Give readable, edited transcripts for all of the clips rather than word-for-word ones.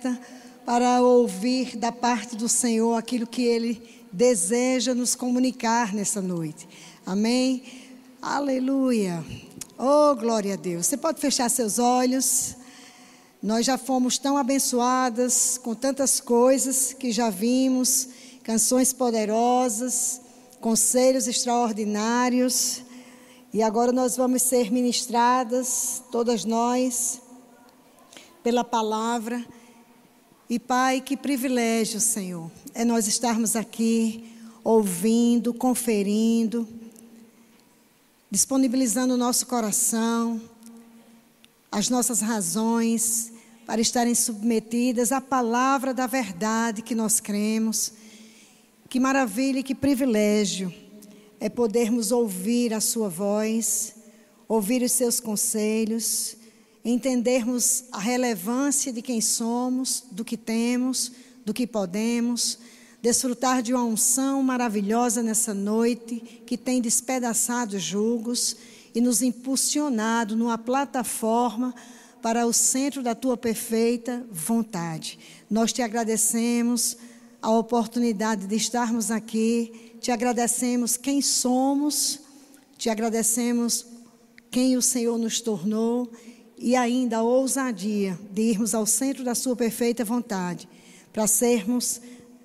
aberta para ouvir da parte do Senhor aquilo que Ele deseja nos comunicar nessa noite. Amém? Aleluia. Oh, glória a Deus. Você pode fechar seus olhos. Nós já fomos tão abençoadas com tantas coisas que já vimos, canções poderosas, conselhos extraordinários. E agora nós vamos ser ministradas, todas nós, pela palavra. E Pai, que privilégio, Senhor, é nós estarmos aqui ouvindo, conferindo, disponibilizando o nosso coração, as nossas razões para estarem submetidas à palavra da verdade que nós cremos. Que maravilha e que privilégio é podermos ouvir a sua voz, ouvir os seus conselhos, entendermos a relevância de quem somos, do que temos, do que podemos, desfrutar de uma unção maravilhosa nessa noite, que tem despedaçado julgos e nos impulsionado numa plataforma para o centro da Tua perfeita vontade. Nós Te agradecemos a oportunidade de estarmos aqui, Te agradecemos quem somos, Te agradecemos quem o Senhor nos tornou e ainda a ousadia de irmos ao centro da Sua perfeita vontade, para sermos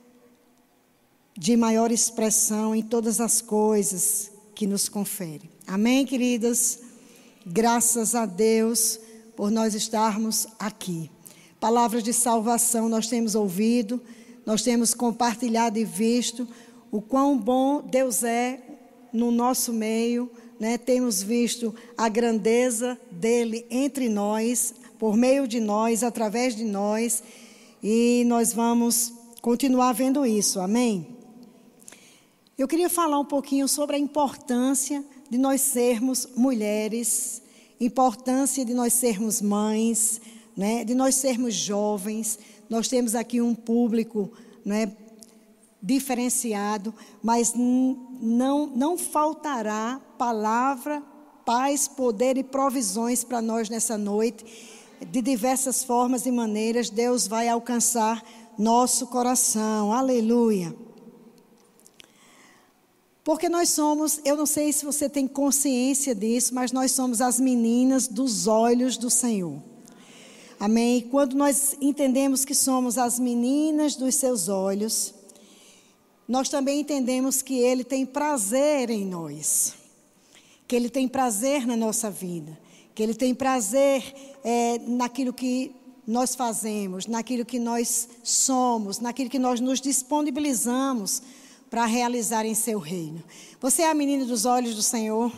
de maior expressão em todas as coisas que nos confere. Amém, queridas? Graças a Deus por nós estarmos aqui. Palavras de salvação nós temos ouvido, nós temos compartilhado e visto o quão bom Deus é no nosso meio, né? Temos visto a grandeza dele entre nós, por meio de nós, através de nós, e nós vamos continuar vendo isso, amém? Eu queria falar um pouquinho sobre a importância de nós sermos mulheres, importância de nós sermos mães, né? De nós sermos jovens. Nós temos aqui um público, né, diferenciado, mas não faltará palavra, paz, poder e provisões para nós nessa noite. De diversas formas e maneiras, Deus vai alcançar nosso coração. Aleluia. Porque nós somos, eu não sei se você tem consciência disso, mas nós somos as meninas dos olhos do Senhor. Amém? E quando nós entendemos que somos as meninas dos seus olhos, nós também entendemos que Ele tem prazer em nós. Que Ele tem prazer na nossa vida. Que Ele tem prazer naquilo que nós fazemos, naquilo que nós somos, naquilo que nós nos disponibilizamos para realizar em seu reino. Você é a menina dos olhos do Senhor?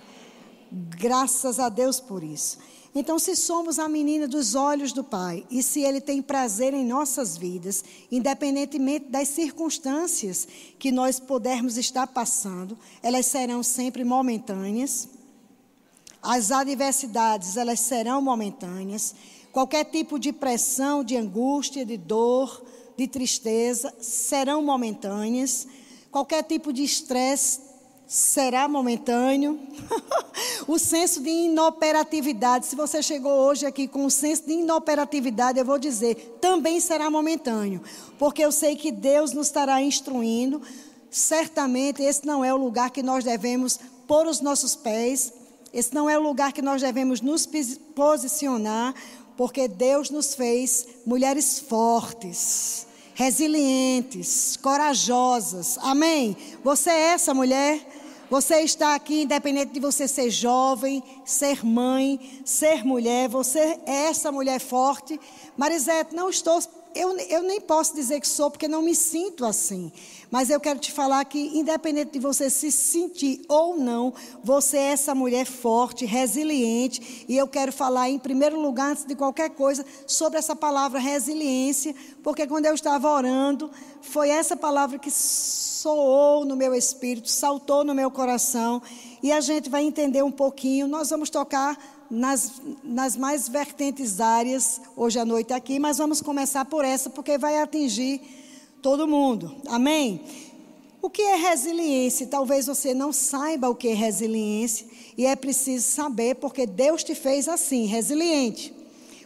Graças a Deus por isso. Então, se somos a menina dos olhos do Pai, e se Ele tem prazer em nossas vidas, independentemente das circunstâncias que nós pudermos estar passando, elas serão sempre momentâneas. As adversidades, elas serão momentâneas. Qualquer tipo de pressão, de angústia, de dor, de tristeza, serão momentâneas. Qualquer tipo de estresse será momentâneo. O senso de inoperatividade, se você chegou hoje aqui com um senso de inoperatividade, eu vou dizer, também será momentâneo. Porque eu sei que Deus nos estará instruindo. Certamente esse não é o lugar que nós devemos pôr os nossos pés. Esse não é o lugar que nós devemos nos posicionar, porque Deus nos fez mulheres fortes, resilientes, corajosas. Amém? Você é essa mulher? Você está aqui, independente de você ser jovem, ser mãe, ser mulher. Você é essa mulher forte. Marisete, não estou... Eu nem posso dizer que sou, porque não me sinto assim. Mas eu quero te falar que, independente de você se sentir ou não, você é essa mulher forte, resiliente. E eu quero falar, em primeiro lugar, antes de qualquer coisa, sobre essa palavra resiliência. Porque quando eu estava orando, foi essa palavra que soou no meu espírito, saltou no meu coração. E a gente vai entender um pouquinho. Nós vamos tocar nas mais vertentes áreas hoje à noite aqui, mas vamos começar por essa, porque vai atingir todo mundo. Amém? O que é resiliência? Talvez você não saiba o que é resiliência, e é preciso saber, porque Deus te fez assim, resiliente.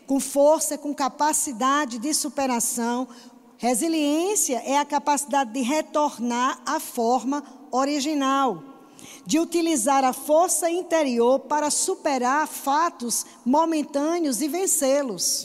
com força, com capacidade de superação. Resiliência é a capacidade de retornar à forma original, de utilizar a força interior para superar fatos momentâneos e vencê-los.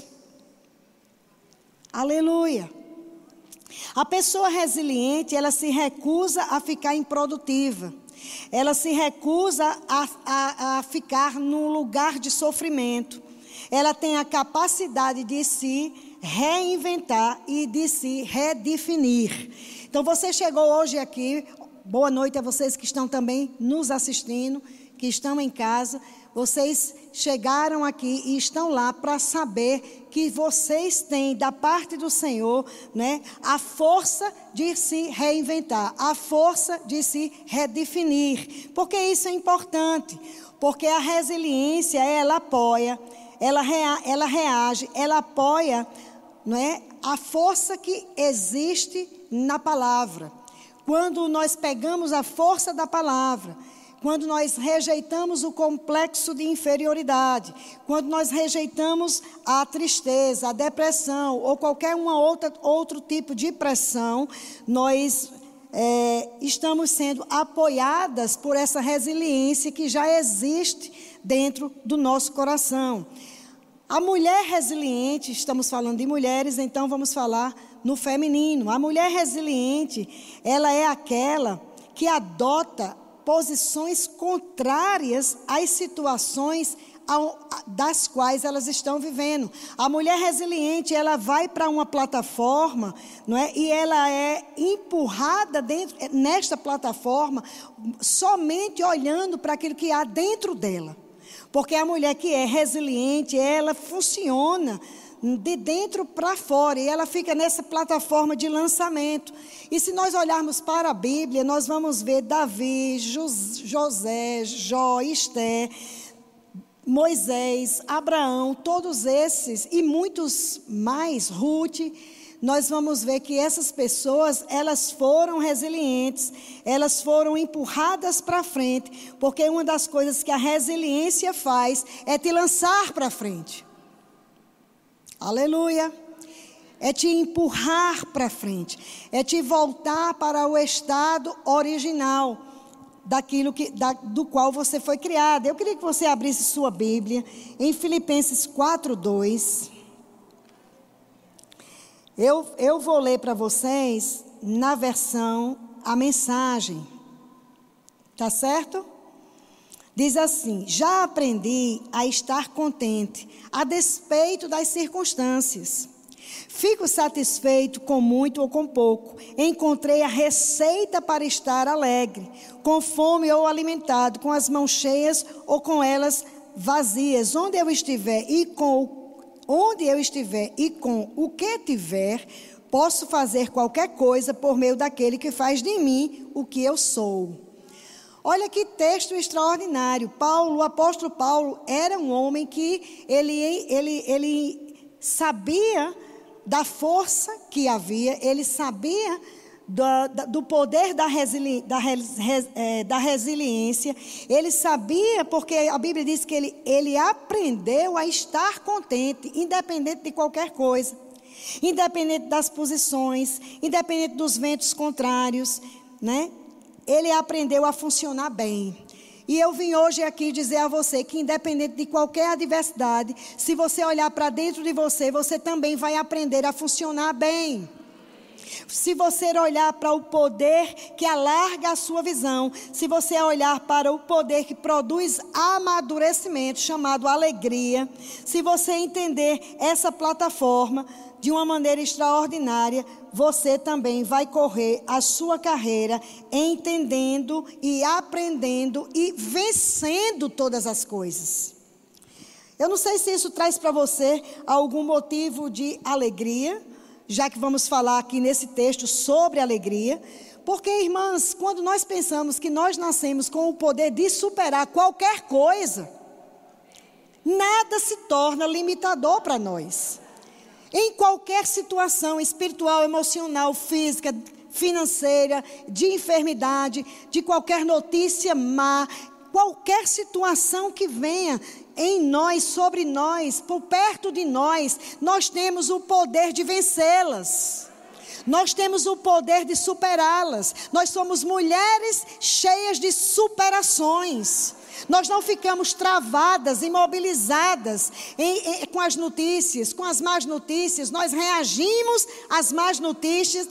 Aleluia! A pessoa resiliente, ela se recusa a ficar improdutiva. Ela se recusa a ficar num lugar de sofrimento. Ela tem a capacidade de se reinventar e de se redefinir. Então, você chegou hoje aqui. Boa noite a vocês que estão também nos assistindo, que estão em casa. Vocês chegaram aqui e estão lá para saber que vocês têm da parte do Senhor, né, a força de se reinventar, a força de se redefinir. Porque isso é importante, porque a resiliência, ela apoia, ela reage, ela apoia, né, a força que existe na palavra. Quando nós pegamos a força da palavra, quando nós rejeitamos o complexo de inferioridade, quando nós rejeitamos a tristeza, a depressão ou qualquer outro tipo de pressão, nós estamos sendo apoiadas por essa resiliência que já existe dentro do nosso coração. A mulher resiliente, estamos falando de mulheres, então vamos falar no feminino. A mulher resiliente, ela é aquela que adota posições contrárias às situações das quais elas estão vivendo. A mulher resiliente, ela vai para uma plataforma, não é? E ela é empurrada nesta plataforma somente olhando para aquilo que há dentro dela. Porque a mulher que é resiliente, ela funciona de dentro para fora, e ela fica nessa plataforma de lançamento. E se nós olharmos para a Bíblia, nós vamos ver Davi, José, Jó, Esté, Moisés, Abraão, todos esses e muitos mais, Ruth. Nós vamos ver que essas pessoas, elas foram resilientes, elas foram empurradas para frente, porque uma das coisas que a resiliência faz é te lançar para frente. Aleluia! É te empurrar para frente, é te voltar para o estado original do qual você foi criado. Eu queria que você abrisse sua Bíblia em Filipenses 4:2. Eu vou ler para vocês na versão A Mensagem. Tá certo? Diz assim: já aprendi a estar contente, a despeito das circunstâncias. Fico satisfeito com muito ou com pouco. Encontrei a receita para estar alegre, com fome ou alimentado, com as mãos cheias ou com elas vazias. Onde eu estiver e com o que tiver, posso fazer qualquer coisa por meio daquele que faz de mim o que eu sou. Olha que texto extraordinário. O apóstolo Paulo era um homem que ele sabia da força que havia, ele sabia do poder da resiliência, ele sabia, porque a Bíblia diz que ele aprendeu a estar contente, independente de qualquer coisa, independente das posições, independente dos ventos contrários, né? Ele aprendeu a funcionar bem. E eu vim hoje aqui dizer a você que, independente de qualquer adversidade, se você olhar para dentro de você, você também vai aprender a funcionar bem. Se você olhar para o poder que alarga a sua visão, se você olhar para o poder que produz amadurecimento, chamado alegria, se você entender essa plataforma de uma maneira extraordinária, você também vai correr a sua carreira entendendo e aprendendo e vencendo todas as coisas. Eu não sei se isso traz para você algum motivo de alegria, já que vamos falar aqui nesse texto sobre alegria, porque, irmãs, quando nós pensamos que nós nascemos com o poder de superar qualquer coisa, nada se torna limitador para nós. Em qualquer situação espiritual, emocional, física, financeira, de enfermidade, de qualquer notícia má, qualquer situação que venha em nós, sobre nós, por perto de nós, nós temos o poder de vencê-las. Nós temos o poder de superá-las. Nós somos mulheres cheias de superações. Nós não ficamos travadas, imobilizadas com as notícias, com as más notícias. Nós reagimos às más notícias,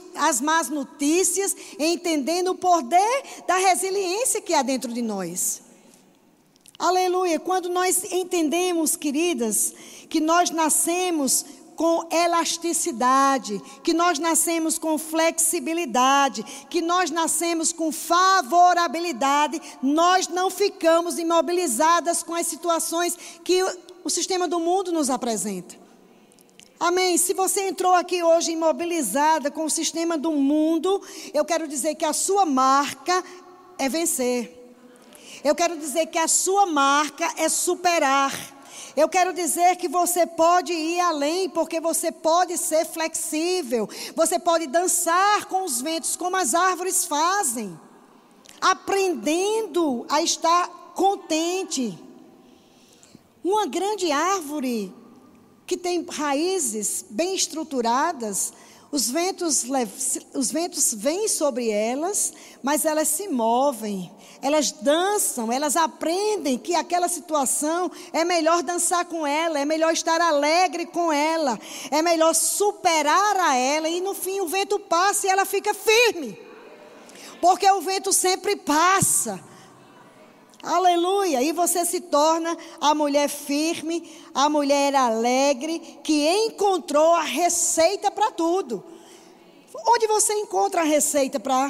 entendendo o poder da resiliência que há dentro de nós. Aleluia! Quando nós entendemos, queridas, que nós nascemos com elasticidade, que nós nascemos com flexibilidade, que nós nascemos com favorabilidade, nós não ficamos imobilizadas com as situações que o sistema do mundo nos apresenta. Amém? Se você entrou aqui hoje imobilizada com o sistema do mundo, eu quero dizer que a sua marca é vencer. Eu quero dizer que a sua marca é superar. Eu quero dizer que você pode ir além, porque você pode ser flexível. Você pode dançar com os ventos, como as árvores fazem. Aprendendo a estar contente. Uma grande árvore que tem raízes bem estruturadas, os ventos vêm sobre elas, mas elas se movem. Elas dançam, elas aprendem que aquela situação é melhor dançar com ela, é melhor estar alegre com ela, é melhor superar a ela e no fim o vento passa e ela fica firme, porque o vento sempre passa. Aleluia! E você se torna a mulher firme, a mulher alegre, que encontrou a receita para tudo. Onde você encontra a receita para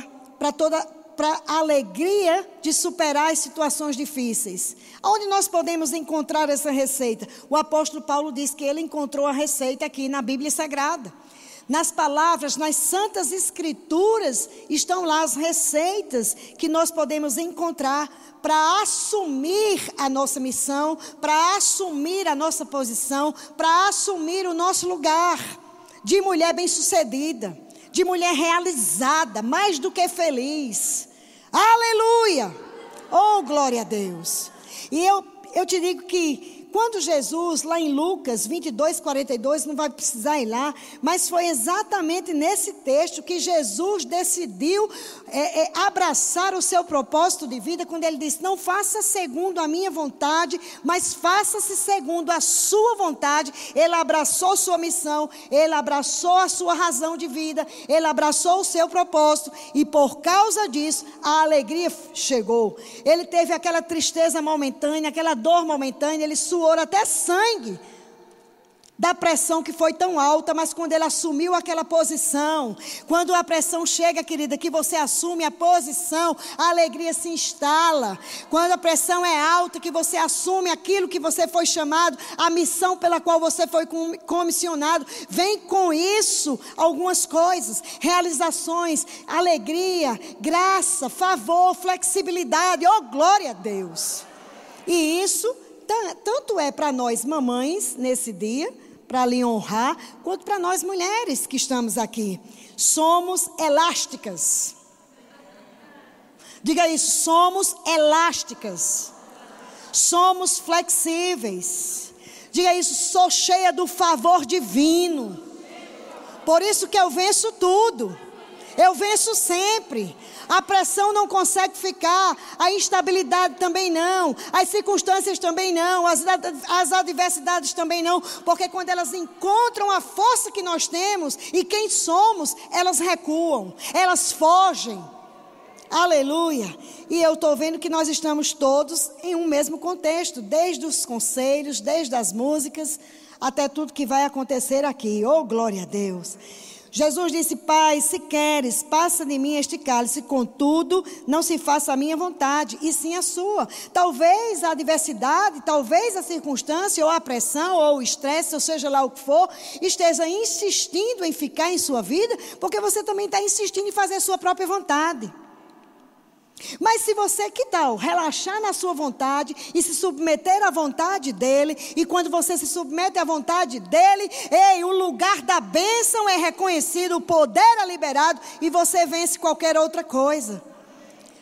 a alegria de superar as situações difíceis? Onde nós podemos encontrar essa receita? O apóstolo Paulo diz que ele encontrou a receita aqui na Bíblia Sagrada. Nas palavras, nas santas escrituras, estão lá as receitas que nós podemos encontrar para assumir a nossa missão, para assumir a nossa posição, para assumir o nosso lugar de mulher bem-sucedida, de mulher realizada, mais do que feliz. Aleluia! Oh, glória a Deus! E eu te digo que quando Jesus, lá em Lucas 22, 42, não vai precisar ir lá, mas foi exatamente nesse texto que Jesus decidiu abraçar o seu propósito de vida, quando ele disse: não faça segundo a minha vontade, mas faça-se segundo a sua vontade. Ele abraçou sua missão, ele abraçou a sua razão de vida, ele abraçou o seu propósito, e por causa disso, a alegria chegou. Ele teve aquela tristeza momentânea, aquela dor momentânea, ele suou até sangue da pressão que foi tão alta, mas quando ele assumiu aquela posição, quando a pressão chega, querida, que você assume a posição, a alegria se instala. Quando a pressão é alta, que você assume aquilo que você foi chamado, a missão pela qual você foi comissionado, vem com isso algumas coisas, realizações, alegria, graça, favor, flexibilidade. Oh, glória a Deus! E isso tanto é para nós mamães nesse dia, para lhe honrar, quanto para nós mulheres que estamos aqui. Somos elásticas. Diga isso, somos elásticas. Somos flexíveis. Diga isso, sou cheia do favor divino. Por isso que eu venço tudo. Eu venço sempre. A pressão não consegue ficar, a instabilidade também não, as circunstâncias também não, as adversidades também não, porque quando elas encontram a força que nós temos e quem somos, elas recuam, elas fogem. Aleluia! E eu estou vendo que nós estamos todos em um mesmo contexto, desde os conselhos, desde as músicas, até tudo que vai acontecer aqui. Oh, glória a Deus! Jesus disse: Pai, se queres, passa de mim este cálice, contudo, não se faça a minha vontade, e sim a sua. Talvez a adversidade, talvez a circunstância, ou a pressão, ou o estresse, ou seja lá o que for, esteja insistindo em ficar em sua vida, porque você também está insistindo em fazer a sua própria vontade. Mas se você, que tal, relaxar na sua vontade e se submeter à vontade dele, e quando você se submete à vontade dele, o lugar da bênção é reconhecido, o poder é liberado e você vence qualquer outra coisa.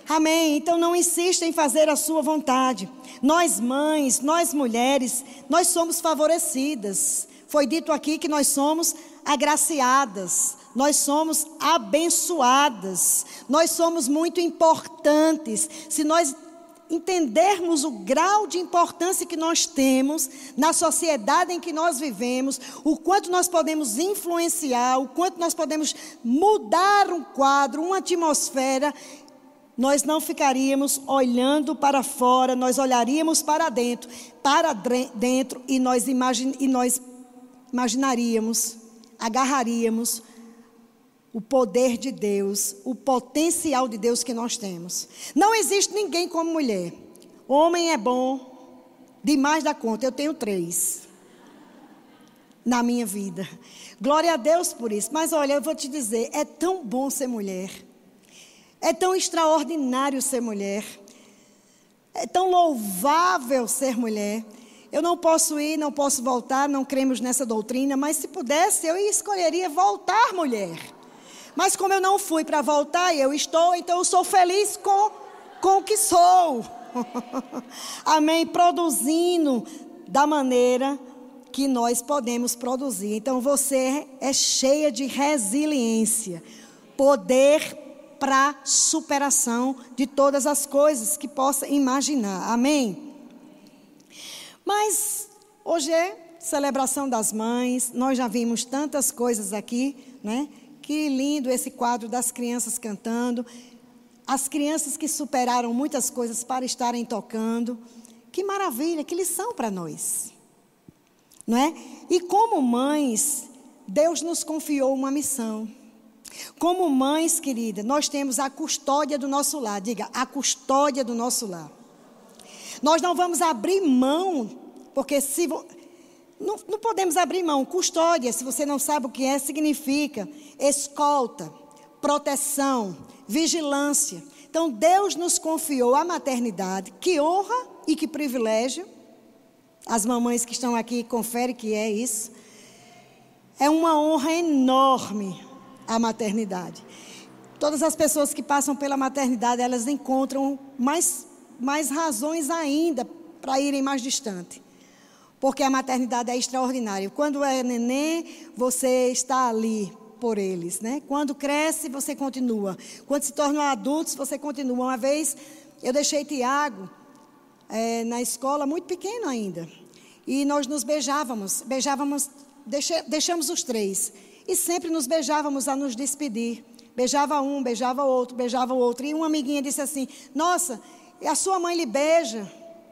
Amém? Então não insista em fazer a sua vontade. Nós mães, nós mulheres, nós somos favorecidas. Foi dito aqui que nós somos agraciadas, nós somos abençoadas, nós somos muito importantes. Se nós entendermos o grau de importância que nós temos na sociedade em que nós vivemos, o quanto nós podemos influenciar, o quanto nós podemos mudar um quadro, uma atmosfera, nós não ficaríamos olhando para fora, nós olharíamos para dentro e nós imaginaríamos, agarraríamos o poder de Deus, o potencial de Deus que nós temos. Não existe ninguém como mulher. Homem é bom demais da conta. Eu tenho 3 na minha vida. Glória a Deus por isso. Mas olha, eu vou te dizer, é tão bom ser mulher. É tão extraordinário ser mulher. É tão louvável ser mulher. Eu não posso ir, não posso voltar, não cremos nessa doutrina, mas se pudesse, eu escolheria voltar mulher. Mas como eu não fui para voltar e eu estou, então eu sou feliz com o que sou. Amém? Produzindo da maneira que nós podemos produzir. Então você é cheia de resiliência, poder para superação de todas as coisas que possa imaginar. Amém? Mas hoje é celebração das mães, nós já vimos tantas coisas aqui, né? Que lindo esse quadro das crianças cantando. As crianças que superaram muitas coisas para estarem tocando. Que maravilha, que lição para nós. Não é? E como mães, Deus nos confiou uma missão. Como mães, querida, nós temos a custódia do nosso lar. Diga, a custódia do nosso lar. Nós não vamos abrir mão, porque não podemos abrir mão. Custódia, se você não sabe o que é, significa escolta, proteção, vigilância. Então, Deus nos confiou a maternidade. Que honra e que privilégio. As mamães que estão aqui conferem que é isso. É uma honra enorme a maternidade. Todas as pessoas que passam pela maternidade, elas encontram mais razões ainda para irem mais distante. Porque a maternidade é extraordinária. Quando é neném, você está ali por eles, né? Quando cresce, você continua. Quando se tornam adultos, você continua. Uma vez, eu deixei Tiago na escola, muito pequeno ainda. E nós nos beijávamos, deixamos os 3. E sempre nos beijávamos a nos despedir. Beijava um, beijava o outro, beijava o outro. E uma amiguinha disse assim, nossa, a sua mãe lhe beija?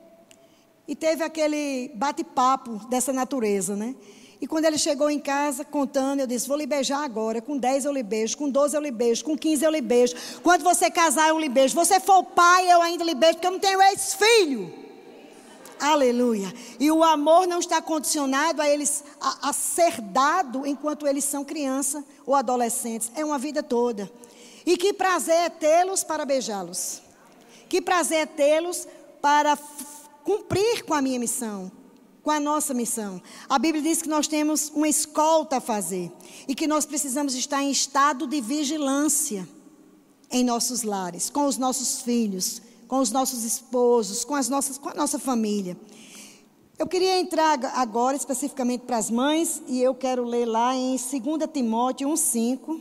E teve aquele bate-papo dessa natureza, né? E quando ele chegou em casa, contando, eu disse, vou lhe beijar agora. Com 10 eu lhe beijo, com 12 eu lhe beijo, com 15 eu lhe beijo. Quando você casar, eu lhe beijo. Se você for pai, eu ainda lhe beijo, porque eu não tenho ex-filho. Aleluia. E o amor não está condicionado a eles a ser dado enquanto eles são criança ou adolescentes. É uma vida toda. E que prazer é tê-los para beijá-los. Que prazer é tê-los para cumprir com a minha missão, com a nossa missão. A Bíblia diz que nós temos uma escolta a fazer e que nós precisamos estar em estado de vigilância em nossos lares, com os nossos filhos, com os nossos esposos, com a nossa família. Eu queria entrar agora especificamente para as mães e eu quero ler lá em 2 Timóteo 1,5.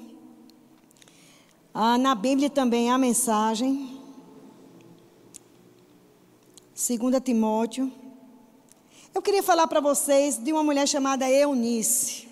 Na Bíblia também há a mensagem. 2 Timóteo. Eu queria falar para vocês de uma mulher chamada Eunice.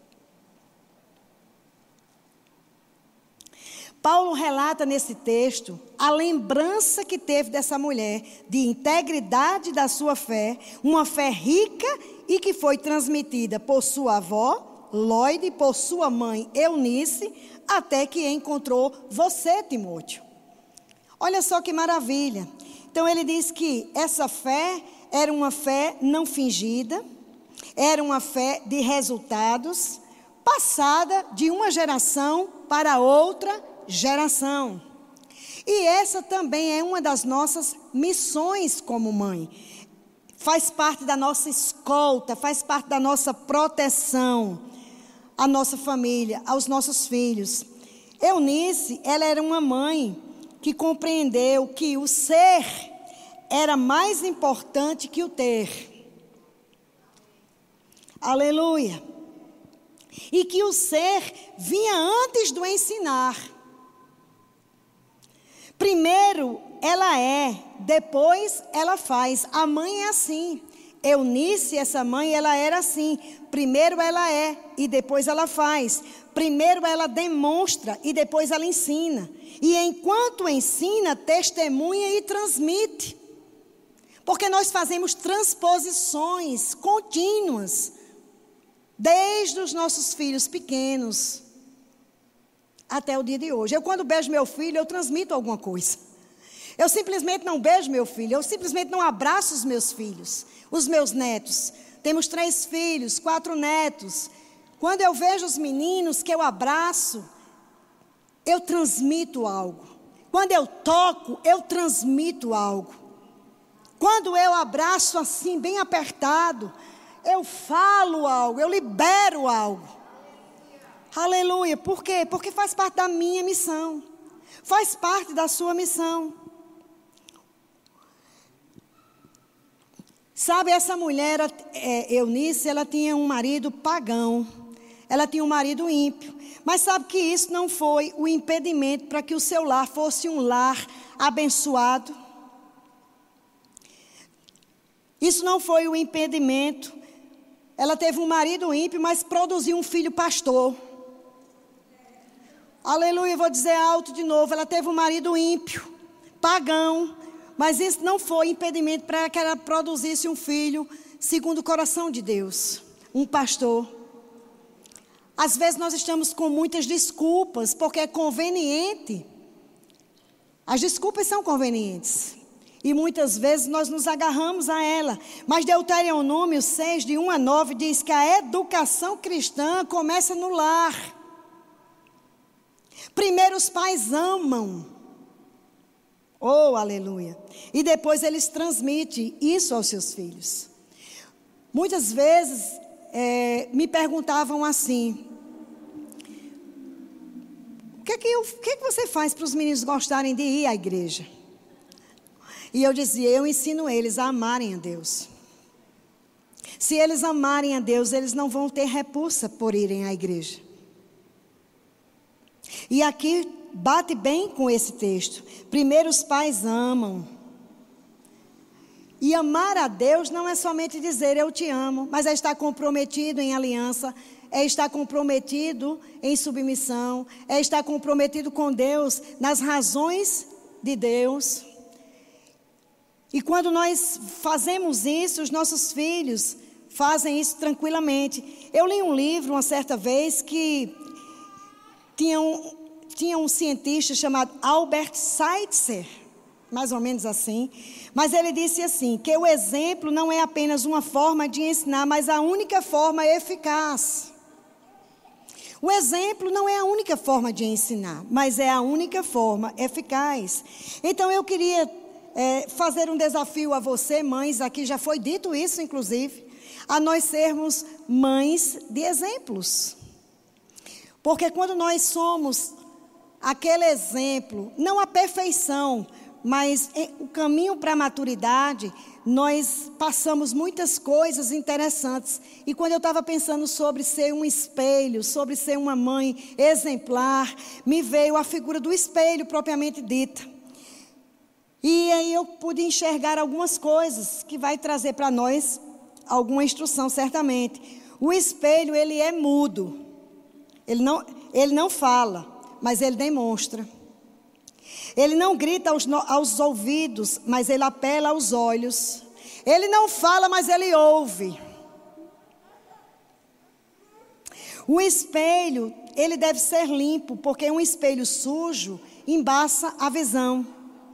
Paulo relata nesse texto a lembrança que teve dessa mulher de integridade da sua fé, uma fé rica e que foi transmitida por sua avó, Lóide, e por sua mãe, Eunice, até que encontrou você, Timóteo. Olha só que maravilha. Então ele diz que essa fé era uma fé não fingida, era uma fé de resultados, passada de uma geração para outra geração. E essa também é uma das nossas missões como mãe. Faz parte da nossa escolta, faz parte da nossa proteção, à nossa família, aos nossos filhos. Eunice, ela era uma mãe que compreendeu que o ser era mais importante que o ter. Aleluia. E que o ser vinha antes do ensinar. Primeiro ela é, depois ela faz. A mãe é assim. Eunice, essa mãe, ela era assim. Primeiro ela é e depois ela faz. Primeiro ela demonstra e depois ela ensina. E enquanto ensina, testemunha e transmite. Porque nós fazemos transposições contínuas. Desde os nossos filhos pequenos até o dia de hoje. Eu, quando beijo meu filho, eu transmito alguma coisa. Eu simplesmente não beijo meu filho, eu simplesmente não abraço os meus filhos, os meus netos. Temos 3 filhos, 4 netos. Quando eu vejo os meninos que eu abraço, eu transmito algo. Quando eu toco, eu transmito algo. Quando eu abraço assim, bem apertado, eu falo algo, eu libero algo. Aleluia. Por quê? Porque faz parte da minha missão. Faz parte da sua missão. Sabe, essa mulher, Eunice, ela tinha um marido pagão. Ela tinha um marido ímpio. Mas sabe que isso não foi o impedimento para que o seu lar fosse um lar abençoado? Isso não foi o impedimento. Ela teve um marido ímpio, mas produziu um filho pastor. Aleluia, vou dizer alto de novo. Ela teve um marido ímpio, pagão, mas isso não foi impedimento para que ela produzisse um filho segundo o coração de Deus, um pastor. Às vezes nós estamos com muitas desculpas, porque é conveniente. As desculpas são convenientes. E muitas vezes nós nos agarramos a ela. Mas Deuteronômio 6, de 1 a 9, diz que a educação cristã começa no lar. Primeiro os pais amam. Oh, aleluia. E depois eles transmitem isso aos seus filhos. Muitas vezes me perguntavam assim: o que você faz para os meninos gostarem de ir à igreja? E eu dizia, eu ensino eles a amarem a Deus. Se eles amarem a Deus, eles não vão ter repulsa por irem à igreja. E aqui bate bem com esse texto. Primeiro os pais amam. E amar a Deus não é somente dizer eu te amo, mas é estar comprometido em aliança, é estar comprometido em submissão, é estar comprometido com Deus nas razões de Deus. E quando nós fazemos isso, os nossos filhos fazem isso tranquilamente. Eu li um livro uma certa vez que tinha um cientista chamado Albert Schweitzer, mais ou menos assim. Mas ele disse assim, que o exemplo não é apenas uma forma de ensinar, mas a única forma eficaz. O exemplo não é a única forma de ensinar, mas é a única forma eficaz. Então eu queria fazer um desafio a você, mães, aqui já foi dito isso inclusive, a nós sermos mães de exemplos. Porque quando nós somos aquele exemplo, não a perfeição, mas o caminho para a maturidade, nós passamos muitas coisas interessantes. E quando eu estava pensando sobre ser um espelho, sobre ser uma mãe exemplar, me veio a figura do espelho propriamente dita. E aí eu pude enxergar algumas coisas que vai trazer para nós alguma instrução, certamente. O espelho, ele é mudo. Ele não fala, mas ele demonstra. Ele não grita aos ouvidos, mas ele apela aos olhos. Ele não fala, mas ele ouve. O espelho, ele deve ser limpo, porque um espelho sujo embaça a visão.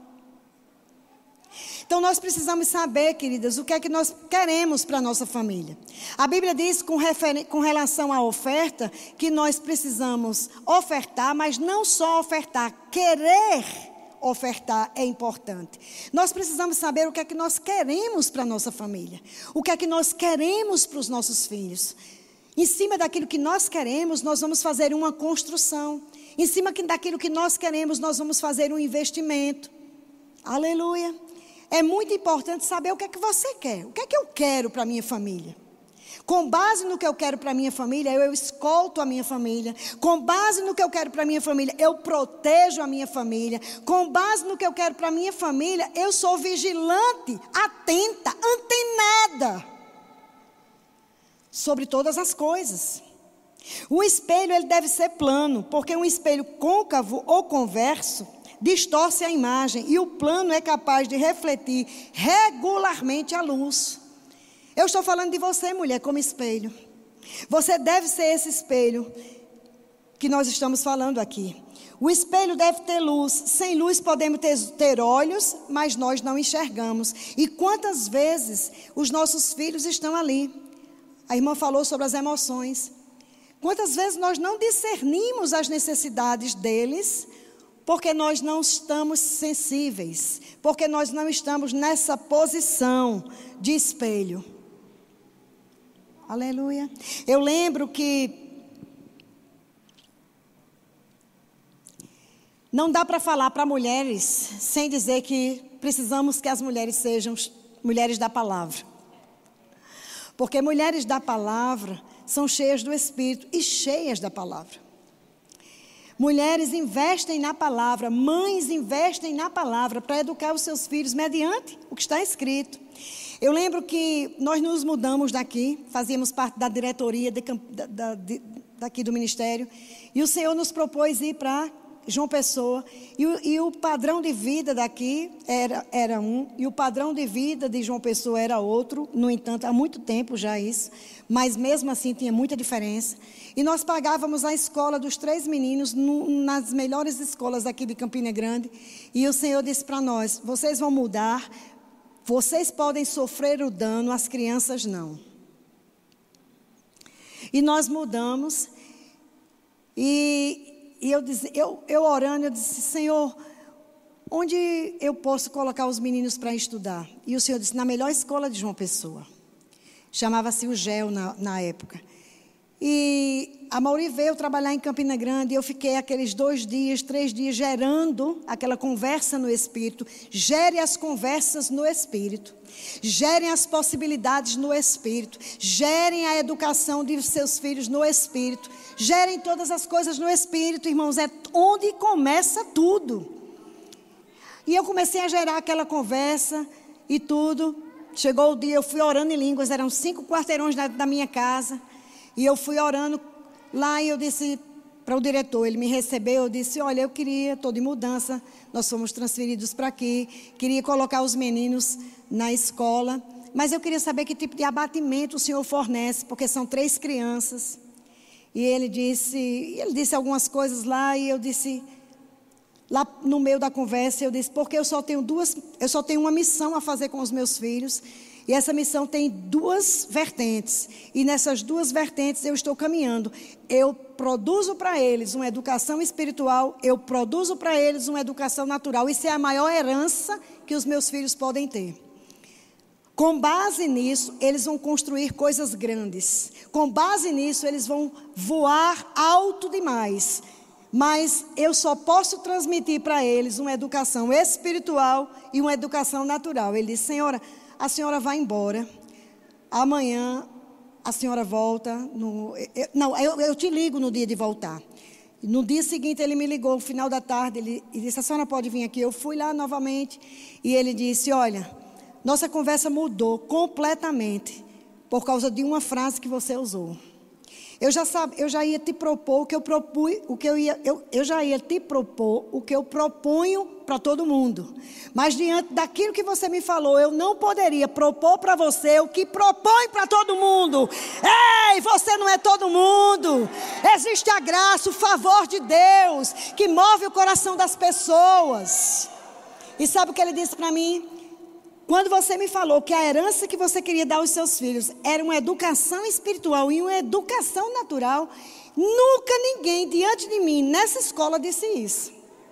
Então nós precisamos saber, queridas, o que é que nós queremos para a nossa família. A Bíblia diz com relação à oferta, que nós precisamos ofertar, mas não só ofertar, querer ofertar é importante. Nós precisamos saber o que é que nós queremos para a nossa família. O que é que nós queremos para os nossos filhos. Em cima daquilo que nós queremos, nós vamos fazer uma construção. Em cima daquilo que nós queremos, nós vamos fazer um investimento. Aleluia. É muito importante saber o que é que você quer. O que é que eu quero para a minha família? Com base no que eu quero para a minha família, eu escolto a minha família. Com base no que eu quero para a minha família, eu protejo a minha família. Com base no que eu quero para a minha família, eu sou vigilante, atenta, antenada sobre todas as coisas. O espelho, ele deve ser plano, porque um espelho côncavo ou convexo distorce a imagem, e o plano é capaz de refletir regularmente a luz. Eu estou falando de você, mulher, como espelho. Você deve ser esse espelho que nós estamos falando aqui. O espelho deve ter luz. Sem luz podemos ter olhos, mas nós não enxergamos. E quantas vezes os nossos filhos estão ali? A irmã falou sobre as emoções. Quantas vezes nós não discernimos as necessidades deles, porque nós não estamos sensíveis, porque nós não estamos nessa posição de espelho. Aleluia. Eu lembro que não dá para falar para mulheres sem dizer que precisamos que as mulheres sejam mulheres da palavra. Porque mulheres da palavra são cheias do Espírito e cheias da palavra. Mulheres investem na palavra, mães investem na palavra para educar os seus filhos mediante o que está escrito. Eu lembro que nós nos mudamos daqui, fazíamos parte da diretoria daqui do ministério, e o Senhor nos propôs ir para João Pessoa, e o padrão de vida daqui era um, e o padrão de vida de João Pessoa era outro. No entanto, há muito tempo já isso, mas mesmo assim tinha muita diferença. E nós pagávamos a escola dos 3 meninos nas melhores escolas aqui de Campina Grande, e o Senhor disse para nós: vocês vão mudar, vocês podem sofrer o dano, as crianças não. E nós mudamos, e eu orando, eu disse: Senhor, onde eu posso colocar os meninos para estudar? E o Senhor disse: na melhor escola de João Pessoa. Chamava-se o GEL na época. E a Mauri veio trabalhar em Campina Grande, e eu fiquei aqueles 2 dias, 3 dias, gerando aquela conversa no Espírito. Gere as conversas no Espírito. Gerem as possibilidades no Espírito. Gerem a educação de seus filhos no Espírito. Gerem todas as coisas no Espírito, irmãos. É onde começa tudo. E eu comecei a gerar aquela conversa e tudo. Chegou o dia, eu fui orando em línguas. Eram 5 quarteirões da minha casa. E eu fui orando lá, e eu disse para o diretor, ele me recebeu, eu disse: olha, eu queria, estou de mudança, nós fomos transferidos para aqui, queria colocar os meninos na escola, mas eu queria saber que tipo de abatimento o senhor fornece, porque são 3 crianças. E ele disse algumas coisas lá, e eu disse, lá no meio da conversa, eu disse: porque eu só tenho uma missão a fazer com os meus filhos. E essa missão tem 2 vertentes. E nessas 2 vertentes eu estou caminhando. Eu produzo para eles uma educação espiritual. Eu produzo para eles uma educação natural. Isso é a maior herança que os meus filhos podem ter. Com base nisso, eles vão construir coisas grandes. Com base nisso, eles vão voar alto demais. Mas eu só posso transmitir para eles uma educação espiritual e uma educação natural. Ele disse: senhora, a senhora vai embora, amanhã a senhora volta, eu te ligo no dia de voltar. No dia seguinte ele me ligou, no final da tarde, ele disse: a senhora pode vir aqui? Eu fui lá novamente, e ele disse: olha, nossa conversa mudou completamente, por causa de uma frase que você usou. Eu já ia te propor o que eu já ia te propor o que eu proponho para todo mundo. Mas diante daquilo que você me falou, eu não poderia propor para você o que propõe para todo mundo. Ei, você não é todo mundo. Existe a graça, o favor de Deus, que move o coração das pessoas. E sabe o que ele disse para mim? Quando você me falou que a herança que você queria dar aos seus filhos era uma educação espiritual e uma educação natural, nunca ninguém diante de mim nessa escola disse isso.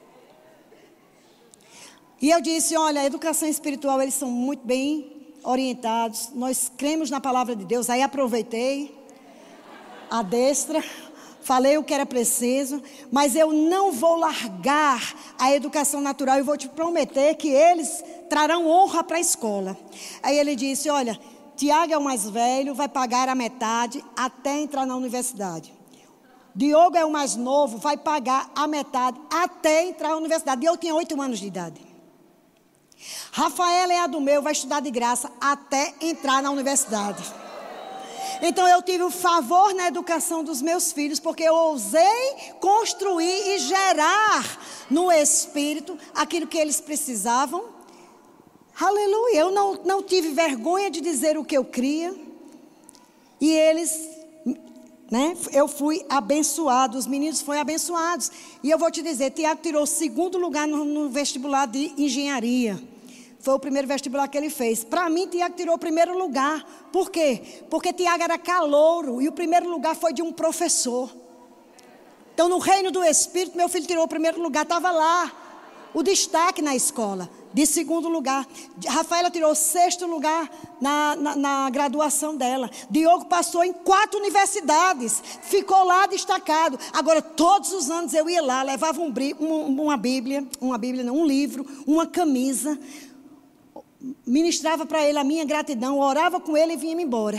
E eu disse: olha, a educação espiritual, eles são muito bem orientados, nós cremos na palavra de Deus. Aí aproveitei a destra, falei o que era preciso, mas eu não vou largar a educação natural e vou te prometer que eles trarão honra para a escola. Aí ele disse, olha, Tiago é o mais velho, vai pagar a metade até entrar na universidade. Diogo é o mais novo, vai pagar a metade até entrar na universidade. E eu tinha 8 anos de idade. Rafaela é a do meu, vai estudar de graça até entrar na universidade. Então eu tive o favor na educação dos meus filhos, porque eu ousei construir e gerar no espírito aquilo que eles precisavam. Aleluia, eu não tive vergonha de dizer o que eu cria. E eles, eu fui abençoado, os meninos foram abençoados. E eu vou te dizer, Tiago tirou 2º lugar no vestibular de engenharia. Foi o primeiro vestibular que ele fez. Para mim, Tiago tirou o 1º lugar. Por quê? Porque Tiago era calouro e o 1º lugar foi de um professor. Então, no reino do Espírito, meu filho tirou o 1º lugar, estava lá. O destaque na escola, de 2º lugar. Rafaela tirou o 6º lugar na graduação dela. Diogo passou em 4 universidades, ficou lá destacado. Agora, todos os anos eu ia lá, levava um livro, uma camisa, ministrava para ele a minha gratidão, orava com ele e vinha embora.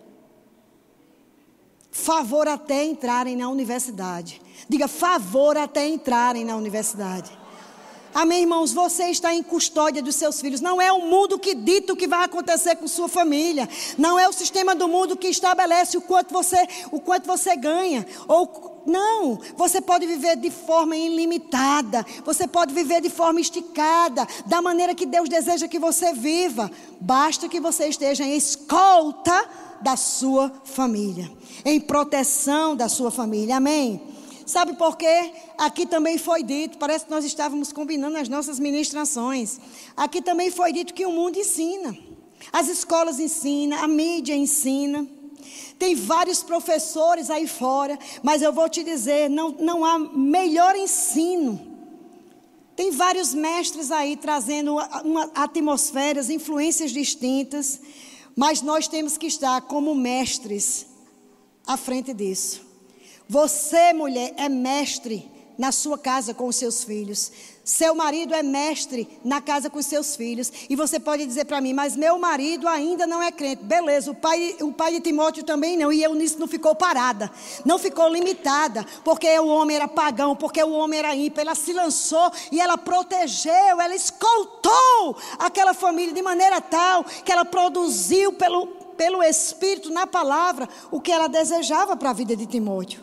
Favor até entrarem na universidade. Diga, favor até entrarem na universidade. Amém, irmãos? Você está em custódia dos seus filhos. Não é o mundo que dita o que vai acontecer com sua família. Não é o sistema do mundo que estabelece o quanto você ganha. Não, você pode viver de forma ilimitada. Você pode viver de forma esticada, da maneira que Deus deseja que você viva. Basta que você esteja em escolta da sua família, em proteção da sua família. Amém? Sabe por quê? Aqui também foi dito, parece que nós estávamos combinando as nossas ministrações. Aqui também foi dito que o mundo ensina. As escolas ensinam, a mídia ensina. Tem vários professores aí fora, mas eu vou te dizer, não há melhor ensino. Tem vários mestres aí trazendo atmosferas, influências distintas, mas nós temos que estar como mestres à frente disso. Você, mulher, é mestre na sua casa com os seus filhos. Seu marido é mestre na casa com os seus filhos. E você pode dizer para mim, mas meu marido ainda não é crente. Beleza, o pai de Timóteo também não. E eu nisso não ficou parada. Não ficou limitada. Porque o homem era pagão, porque o homem era ímpio. Ela se lançou e ela protegeu, ela escoltou aquela família de maneira tal que ela produziu pelo Espírito, na palavra, o que ela desejava para a vida de Timóteo.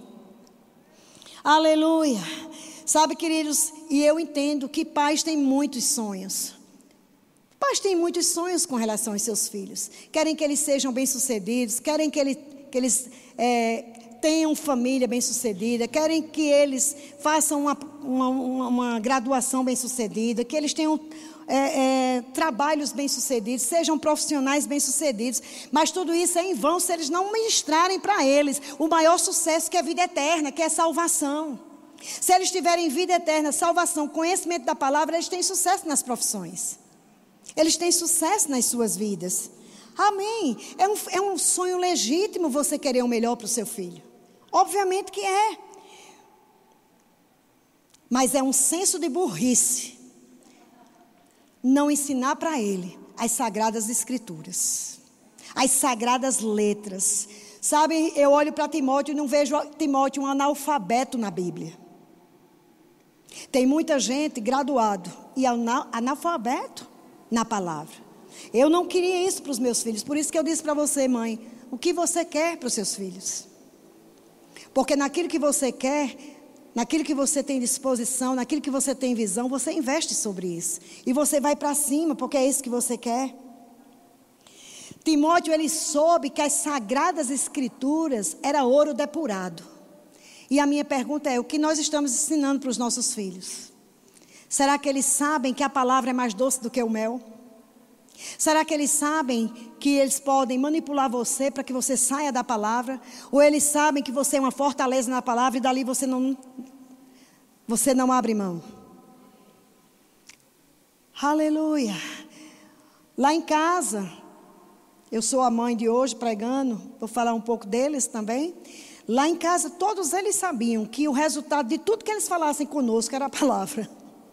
Aleluia. Sabe, queridos, e eu entendo que pais têm muitos sonhos. Pais têm muitos sonhos com relação aos seus filhos. Querem que eles sejam bem-sucedidos, querem que eles tenham família bem-sucedida, querem que eles façam uma graduação bem-sucedida, que eles tenham trabalhos bem-sucedidos, sejam profissionais bem-sucedidos. Mas tudo isso é em vão se eles não ministrarem para eles o maior sucesso, que é a vida eterna, que é a salvação. Se eles tiverem vida eterna, salvação, conhecimento da palavra, eles têm sucesso nas profissões. Eles têm sucesso nas suas vidas. Amém. É um sonho legítimo você querer o melhor para o seu filho. Obviamente que é. Mas é um senso de burrice não ensinar para ele as sagradas escrituras, as sagradas letras. Sabe, eu olho para Timóteo e não vejo Timóteo um analfabeto na Bíblia. Tem muita gente graduado e analfabeto na palavra. Eu não queria isso para os meus filhos. Por isso que eu disse para você, mãe, o que você quer para os seus filhos? Porque naquilo que você quer, naquilo que você tem disposição, naquilo que você tem visão, você investe sobre isso. E você vai para cima, porque é isso que você quer. Timóteo, ele soube que as sagradas escrituras era ouro depurado. E a minha pergunta é, o que nós estamos ensinando para os nossos filhos? Será que eles sabem que a palavra é mais doce do que o mel? Será que eles sabem que eles podem manipular você para que você saia da palavra? Ou eles sabem que você é uma fortaleza na palavra e dali você não abre mão? Aleluia! Lá em casa, eu sou a mãe de hoje pregando, vou falar um pouco deles também. Lá em casa, todos eles sabiam que o resultado de tudo que eles falassem conosco era a palavra.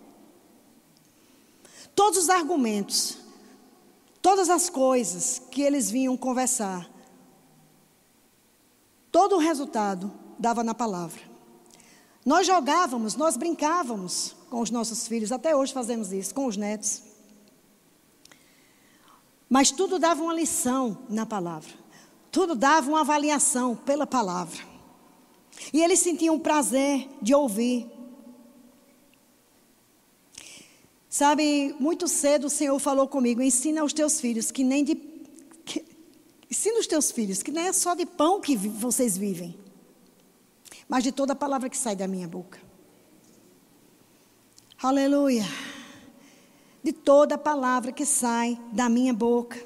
Todos os argumentos, todas as coisas que eles vinham conversar, todo o resultado dava na palavra. Nós jogávamos, nós brincávamos com os nossos filhos, até hoje fazemos isso, com os netos. Mas tudo dava uma lição na palavra. Tudo dava uma avaliação pela palavra. E eles sentiam prazer de ouvir. Sabe, muito cedo o Senhor falou comigo, ensina os teus filhos que nem é só de pão que vocês vivem, mas de toda a palavra que sai da minha boca. Aleluia. De toda a palavra que sai da minha boca.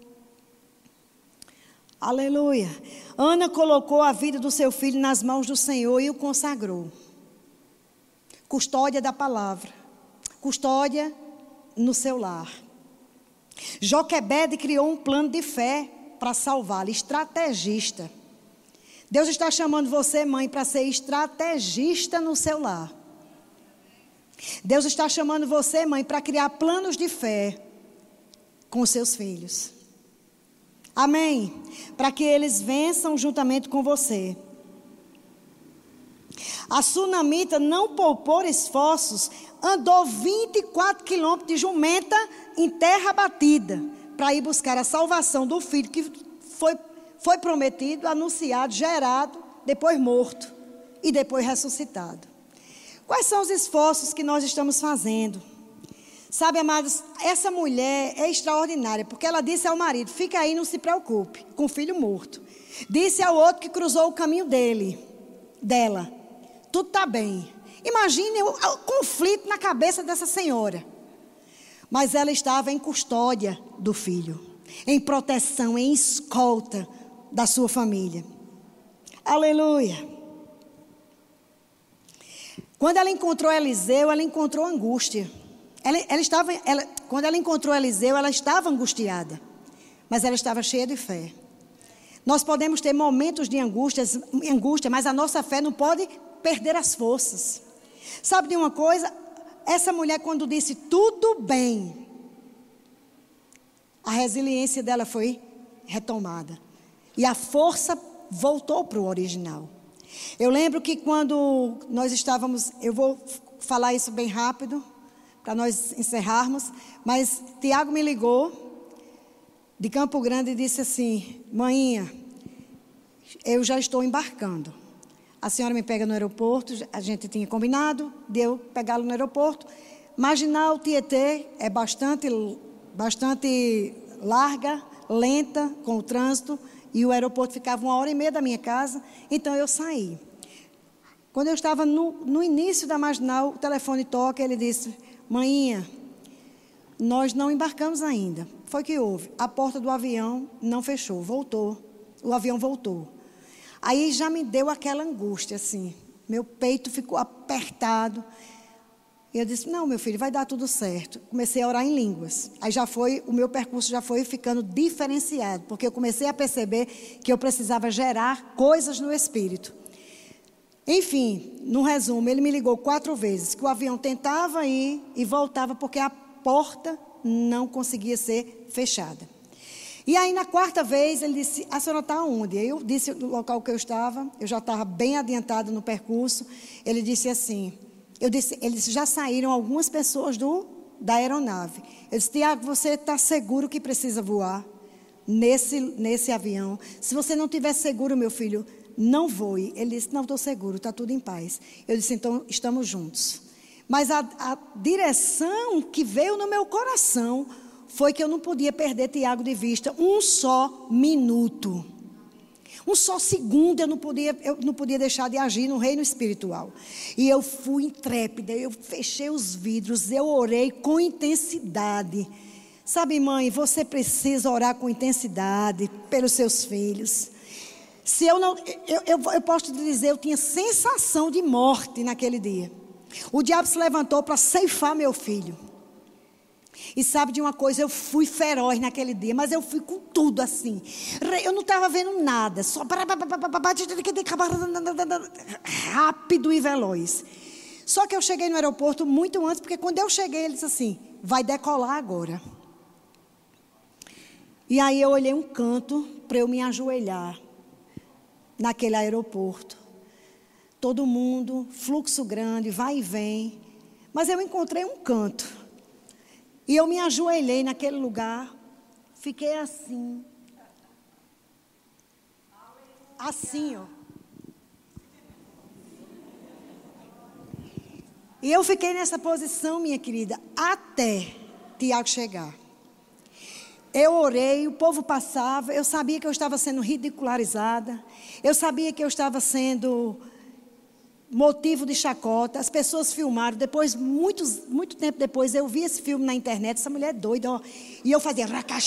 Aleluia. Ana colocou a vida do seu filho nas mãos do Senhor e o consagrou. Custódia da palavra. Custódia no seu lar. Joquebede criou um plano de fé para salvá-la, estrategista. Deus está chamando você, mãe, para ser estrategista no seu lar. Deus está chamando você, mãe, para criar planos de fé com os seus filhos. Amém? Para que eles vençam juntamente com você. A sunamita não poupou esforços, andou 24 quilômetros de jumenta em terra batida, para ir buscar a salvação do filho que foi prometido, anunciado, gerado, depois morto e depois ressuscitado. Quais são os esforços que nós estamos fazendo? Sabe, amados, essa mulher é extraordinária, porque ela disse ao marido, fica aí, não se preocupe, com o filho morto. Disse ao outro que cruzou o caminho dela, tudo está bem. Imagine o conflito na cabeça dessa senhora. Mas ela estava em custódia do filho, em proteção, em escolta da sua família. Aleluia. Quando ela encontrou Eliseu, ela encontrou angústia. Quando ela encontrou Eliseu, ela estava angustiada, mas ela estava cheia de fé. Nós podemos ter momentos de angústia, mas a nossa fé não pode perder as forças. Sabe de uma coisa? Essa mulher, quando disse tudo bem, a resiliência dela foi retomada. E a força voltou para o original. Eu lembro que quando nós estávamos, eu vou falar isso bem rápido, para nós encerrarmos, mas Tiago me ligou de Campo Grande e disse assim, maninha, eu já estou embarcando. A senhora me pega no aeroporto, a gente tinha combinado de eu pegá-lo no aeroporto. Marginal Tietê é bastante larga, lenta, com o trânsito, e o aeroporto ficava 1h30 da minha casa, então eu saí. Quando eu estava no início da Marginal, o telefone toca e ele disse, maninha, nós não embarcamos ainda. Foi o que houve? A porta do avião não fechou, voltou. O avião voltou. Aí já me deu aquela angústia, assim. Meu peito ficou apertado. E eu disse, não, meu filho, vai dar tudo certo. Comecei a orar em línguas. Aí o meu percurso já foi ficando diferenciado, porque eu comecei a perceber que eu precisava gerar coisas no espírito. Enfim, no resumo, ele me ligou 4 vezes, que o avião tentava ir e voltava, porque a porta não conseguia ser fechada. E aí, na 4ª vez, ele disse, a senhora está onde? Eu disse o local que eu estava, eu já estava bem adiantada no percurso. Ele disse assim, eles já saíram algumas pessoas da aeronave. Eu disse, Tiago, você está seguro que precisa voar nesse avião? Se você não estiver seguro, meu filho, não voe. Ele disse, não, estou seguro, está tudo em paz. Eu disse, então, estamos juntos. Mas a direção que veio no meu coração foi que eu não podia perder Tiago de vista um só minuto. Um só segundo eu não podia deixar de agir no reino espiritual. E eu fui intrépida, eu fechei os vidros, eu orei com intensidade. Sabe, mãe, você precisa orar com intensidade pelos seus filhos. Se eu não, eu posso te dizer, eu tinha sensação de morte naquele dia. O diabo se levantou para ceifar meu filho. E sabe de uma coisa, eu fui feroz naquele dia, mas eu fui com tudo assim. Eu não estava vendo nada, só rápido e veloz. Só que eu cheguei no aeroporto muito antes, porque quando eu cheguei, ele disse assim, vai decolar agora. E aí eu olhei um canto para eu me ajoelhar naquele aeroporto. Todo mundo, fluxo grande, vai e vem. Mas eu encontrei um canto. E eu me ajoelhei naquele lugar. Fiquei assim. Assim, ó. E eu fiquei nessa posição, minha querida, até Tiago chegar. Eu orei, o povo passava, eu sabia que eu estava sendo ridicularizada. Eu sabia que eu estava sendo motivo de chacota. As pessoas filmaram. Depois, muito tempo depois, eu vi esse filme na internet. Essa mulher é doida, ó. E eu fazia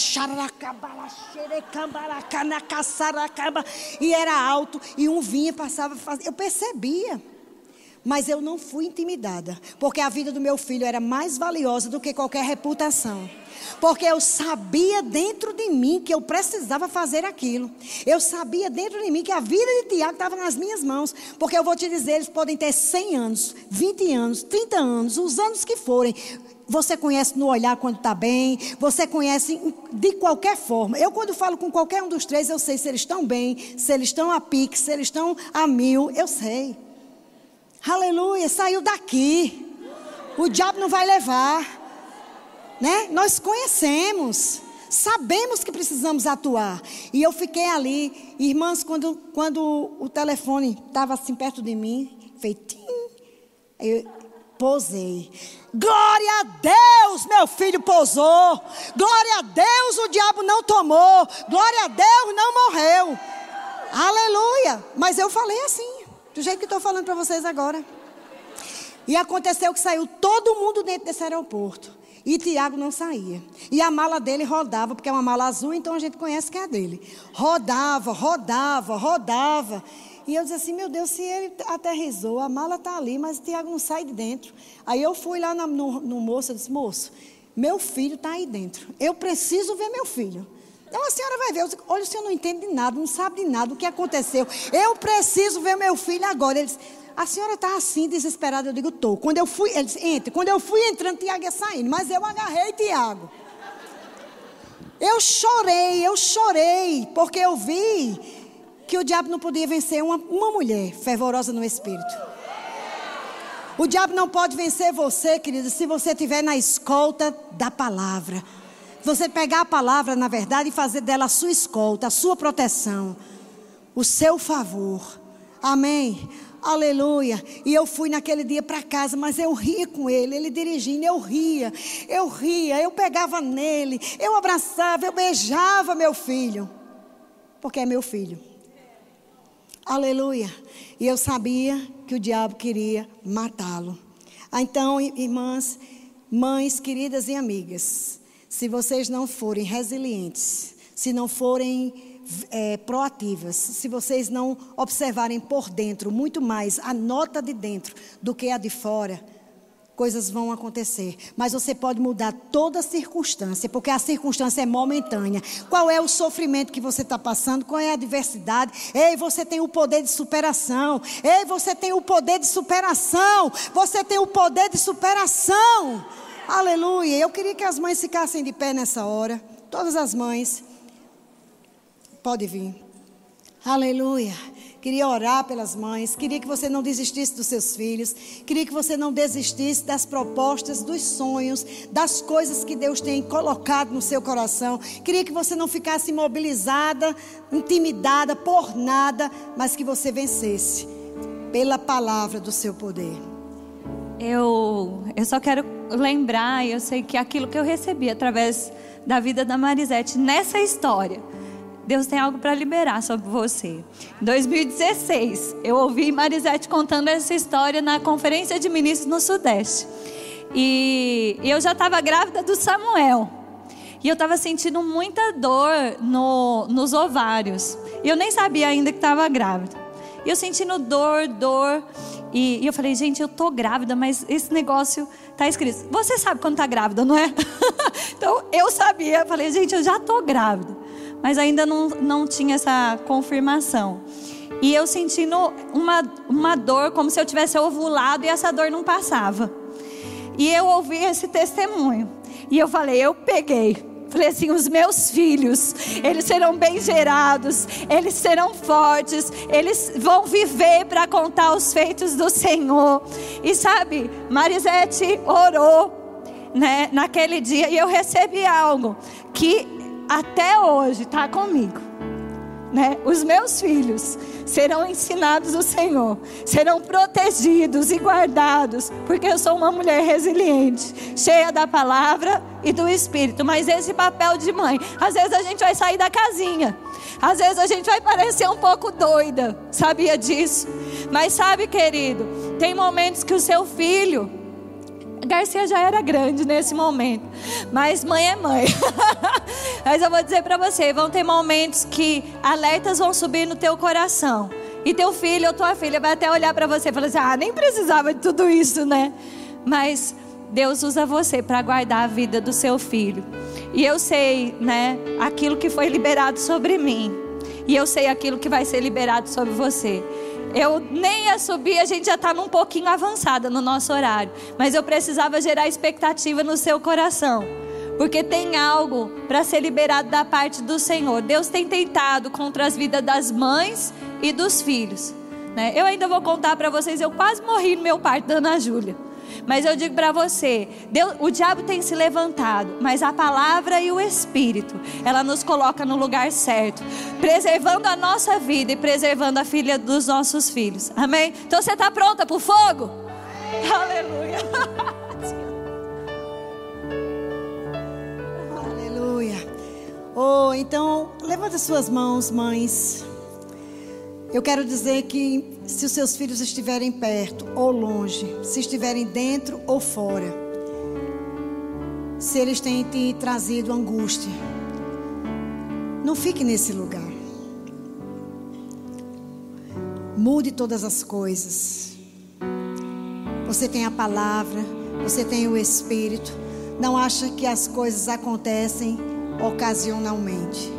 e era alto. E um vinha, passava, fazia. Eu percebia. Mas eu não fui intimidada. Porque a vida do meu filho era mais valiosa do que qualquer reputação. Porque eu sabia dentro de mim que eu precisava fazer aquilo. Eu sabia dentro de mim que a vida de Tiago estava nas minhas mãos. Porque eu vou te dizer, eles podem ter 100 anos, 20 anos, 30 anos, os anos que forem. Você conhece no olhar quando está bem. Você conhece de qualquer forma. Eu quando falo com qualquer um dos três, eu sei se eles estão bem, se eles estão a pique, se eles estão a mil. Eu sei. Aleluia, saiu daqui. O diabo não vai levar. Né? Nós conhecemos, sabemos que precisamos atuar. E eu fiquei ali, irmãs, quando o telefone estava assim perto de mim, feitinho, eu posei. Glória a Deus, meu filho posou. Glória a Deus, o diabo não tomou. Glória a Deus, não morreu. Aleluia. Mas eu falei assim, do jeito que estou falando para vocês agora. E aconteceu que saiu todo mundo dentro desse aeroporto. E Tiago não saía. E a mala dele rodava, porque é uma mala azul, então a gente conhece que é a dele. Rodava, rodava, rodava. E eu disse assim, meu Deus, se ele aterrissou, a mala está ali, mas o Tiago não sai de dentro. Aí eu fui lá no moço, eu disse, moço, meu filho está aí dentro. Eu preciso ver meu filho. Então a senhora vai ver. Eu disse, olha, o senhor não entende de nada, não sabe de nada, o que aconteceu. Eu preciso ver meu filho agora. Ele disse, a senhora está assim, desesperada. Eu digo, estou. Quando eu fui, ele disse, entre. Quando eu fui entrando, Tiago ia saindo. Mas eu agarrei Tiago. Eu chorei, porque eu vi que o diabo não podia vencer uma mulher fervorosa no espírito. O diabo não pode vencer você, querida, se você estiver na escolta da palavra. Você pegar a palavra, na verdade, e fazer dela a sua escolta, a sua proteção, o seu favor. Amém? Aleluia. E eu fui naquele dia para casa, mas eu ria com ele dirigindo, eu ria, eu pegava nele, eu abraçava, eu beijava meu filho, porque é meu filho. Aleluia. E eu sabia que o diabo queria matá-lo. Então, irmãs, mães queridas e amigas, se vocês não forem resilientes, se não forem proativas, se vocês não observarem por dentro muito mais a nota de dentro do que a de fora, coisas vão acontecer. Mas você pode mudar toda a circunstância, porque a circunstância é momentânea. Qual é o sofrimento que você está passando? Qual é a adversidade? Ei, você tem o poder de superação. Ei, você tem o poder de superação. Você tem o poder de superação. Aleluia. Eu queria que as mães ficassem de pé nessa hora. Todas as mães. Pode vir. Aleluia. Queria orar pelas mães. Queria que você não desistisse dos seus filhos. Queria que você não desistisse das propostas, dos sonhos, das coisas que Deus tem colocado no seu coração. Queria que você não ficasse imobilizada, intimidada por nada, mas que você vencesse pela palavra do seu poder. Eu só quero lembrar, eu sei que aquilo que eu recebi através da vida da Marisete nessa história, Deus tem algo para liberar sobre você. Em 2016, eu ouvi Marisete contando essa história na conferência de ministros no Sudeste. E eu já estava grávida do Samuel. E eu estava sentindo muita dor nos ovários. E eu nem sabia ainda que estava grávida. E eu sentindo dor. E eu falei, gente, eu tô grávida, mas esse negócio tá escrito. Você sabe quando tá grávida, não é? Então eu sabia, falei, gente, eu já tô grávida. Mas ainda não tinha essa confirmação. E eu sentindo uma dor, como se eu tivesse ovulado e essa dor não passava. E eu ouvi esse testemunho. E eu falei, eu peguei. Falei assim, os meus filhos, eles serão bem gerados, eles serão fortes, eles vão viver para contar os feitos do Senhor. E sabe, Marisete orou, né, naquele dia, e eu recebi algo que até hoje está comigo, né? Os meus filhos serão ensinados do Senhor, serão protegidos e guardados, porque eu sou uma mulher resiliente, cheia da palavra e do Espírito. Mas esse papel de mãe, às vezes a gente vai sair da casinha, às vezes a gente vai parecer um pouco doida, sabia disso? Mas sabe, querido, tem momentos que o seu filho, Garcia já era grande nesse momento, mas mãe é mãe. Mas eu vou dizer para você, vão ter momentos que alertas vão subir no teu coração, e teu filho ou tua filha vai até olhar para você e falar assim, nem precisava de tudo isso, né? Mas Deus usa você para guardar a vida do seu filho. E eu sei, né, aquilo que foi liberado sobre mim, e eu sei aquilo que vai ser liberado sobre você. Eu nem ia subir, a gente já estava um pouquinho avançada no nosso horário, mas eu precisava gerar expectativa no seu coração, porque tem algo para ser liberado da parte do Senhor. Deus tem tentado contra as vidas das mães e dos filhos, né? Eu ainda vou contar para vocês, eu quase morri no meu parto da Ana Júlia. Mas eu digo para você, o diabo tem se levantado, mas a palavra e o Espírito, ela nos coloca no lugar certo, preservando a nossa vida e preservando a filha dos nossos filhos. Amém? Então você está pronta para o fogo? Aleluia. Aleluia. Oh, então levanta suas mãos, mães. Eu quero dizer que se os seus filhos estiverem perto ou longe, se estiverem dentro ou fora, se eles têm te trazido angústia, não fique nesse lugar. Mude todas as coisas. Você tem a palavra, você tem o Espírito. Não acha que as coisas acontecem ocasionalmente.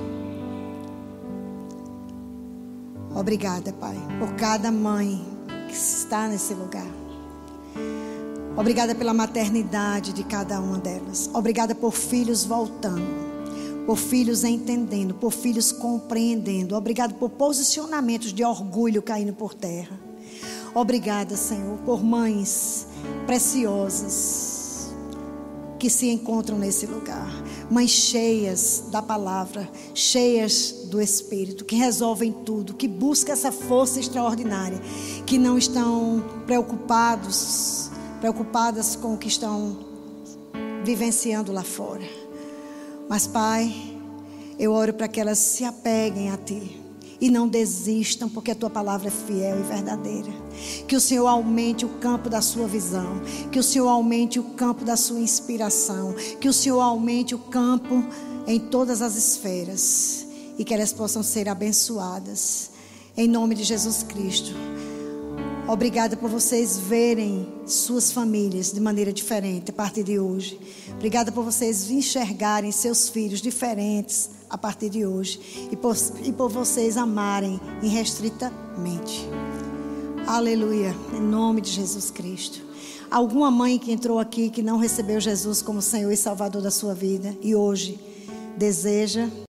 Obrigada, Pai, por cada mãe que está nesse lugar. Obrigada pela maternidade de cada uma delas. Obrigada por filhos voltando, por filhos entendendo, por filhos compreendendo. Obrigada por posicionamentos de orgulho caindo por terra. Obrigada, Senhor, por mães preciosas que se encontram nesse lugar. Mães cheias da palavra, cheias do Espírito, que resolvem tudo, que buscam essa força extraordinária, que não estão preocupadas com o que estão vivenciando lá fora. Mas, Pai, eu oro para que elas se apeguem a Ti e não desistam, porque a Tua palavra é fiel e verdadeira. Que o Senhor aumente o campo da sua visão, que o Senhor aumente o campo da sua inspiração, que o Senhor aumente o campo em todas as esferas, e que elas possam ser abençoadas em nome de Jesus Cristo. Obrigada por vocês verem suas famílias de maneira diferente a partir de hoje. Obrigada por vocês enxergarem seus filhos diferentes a partir de hoje. E por vocês amarem irrestritamente. Aleluia. Em nome de Jesus Cristo. Alguma mãe que entrou aqui que não recebeu Jesus como Senhor e Salvador da sua vida e hoje deseja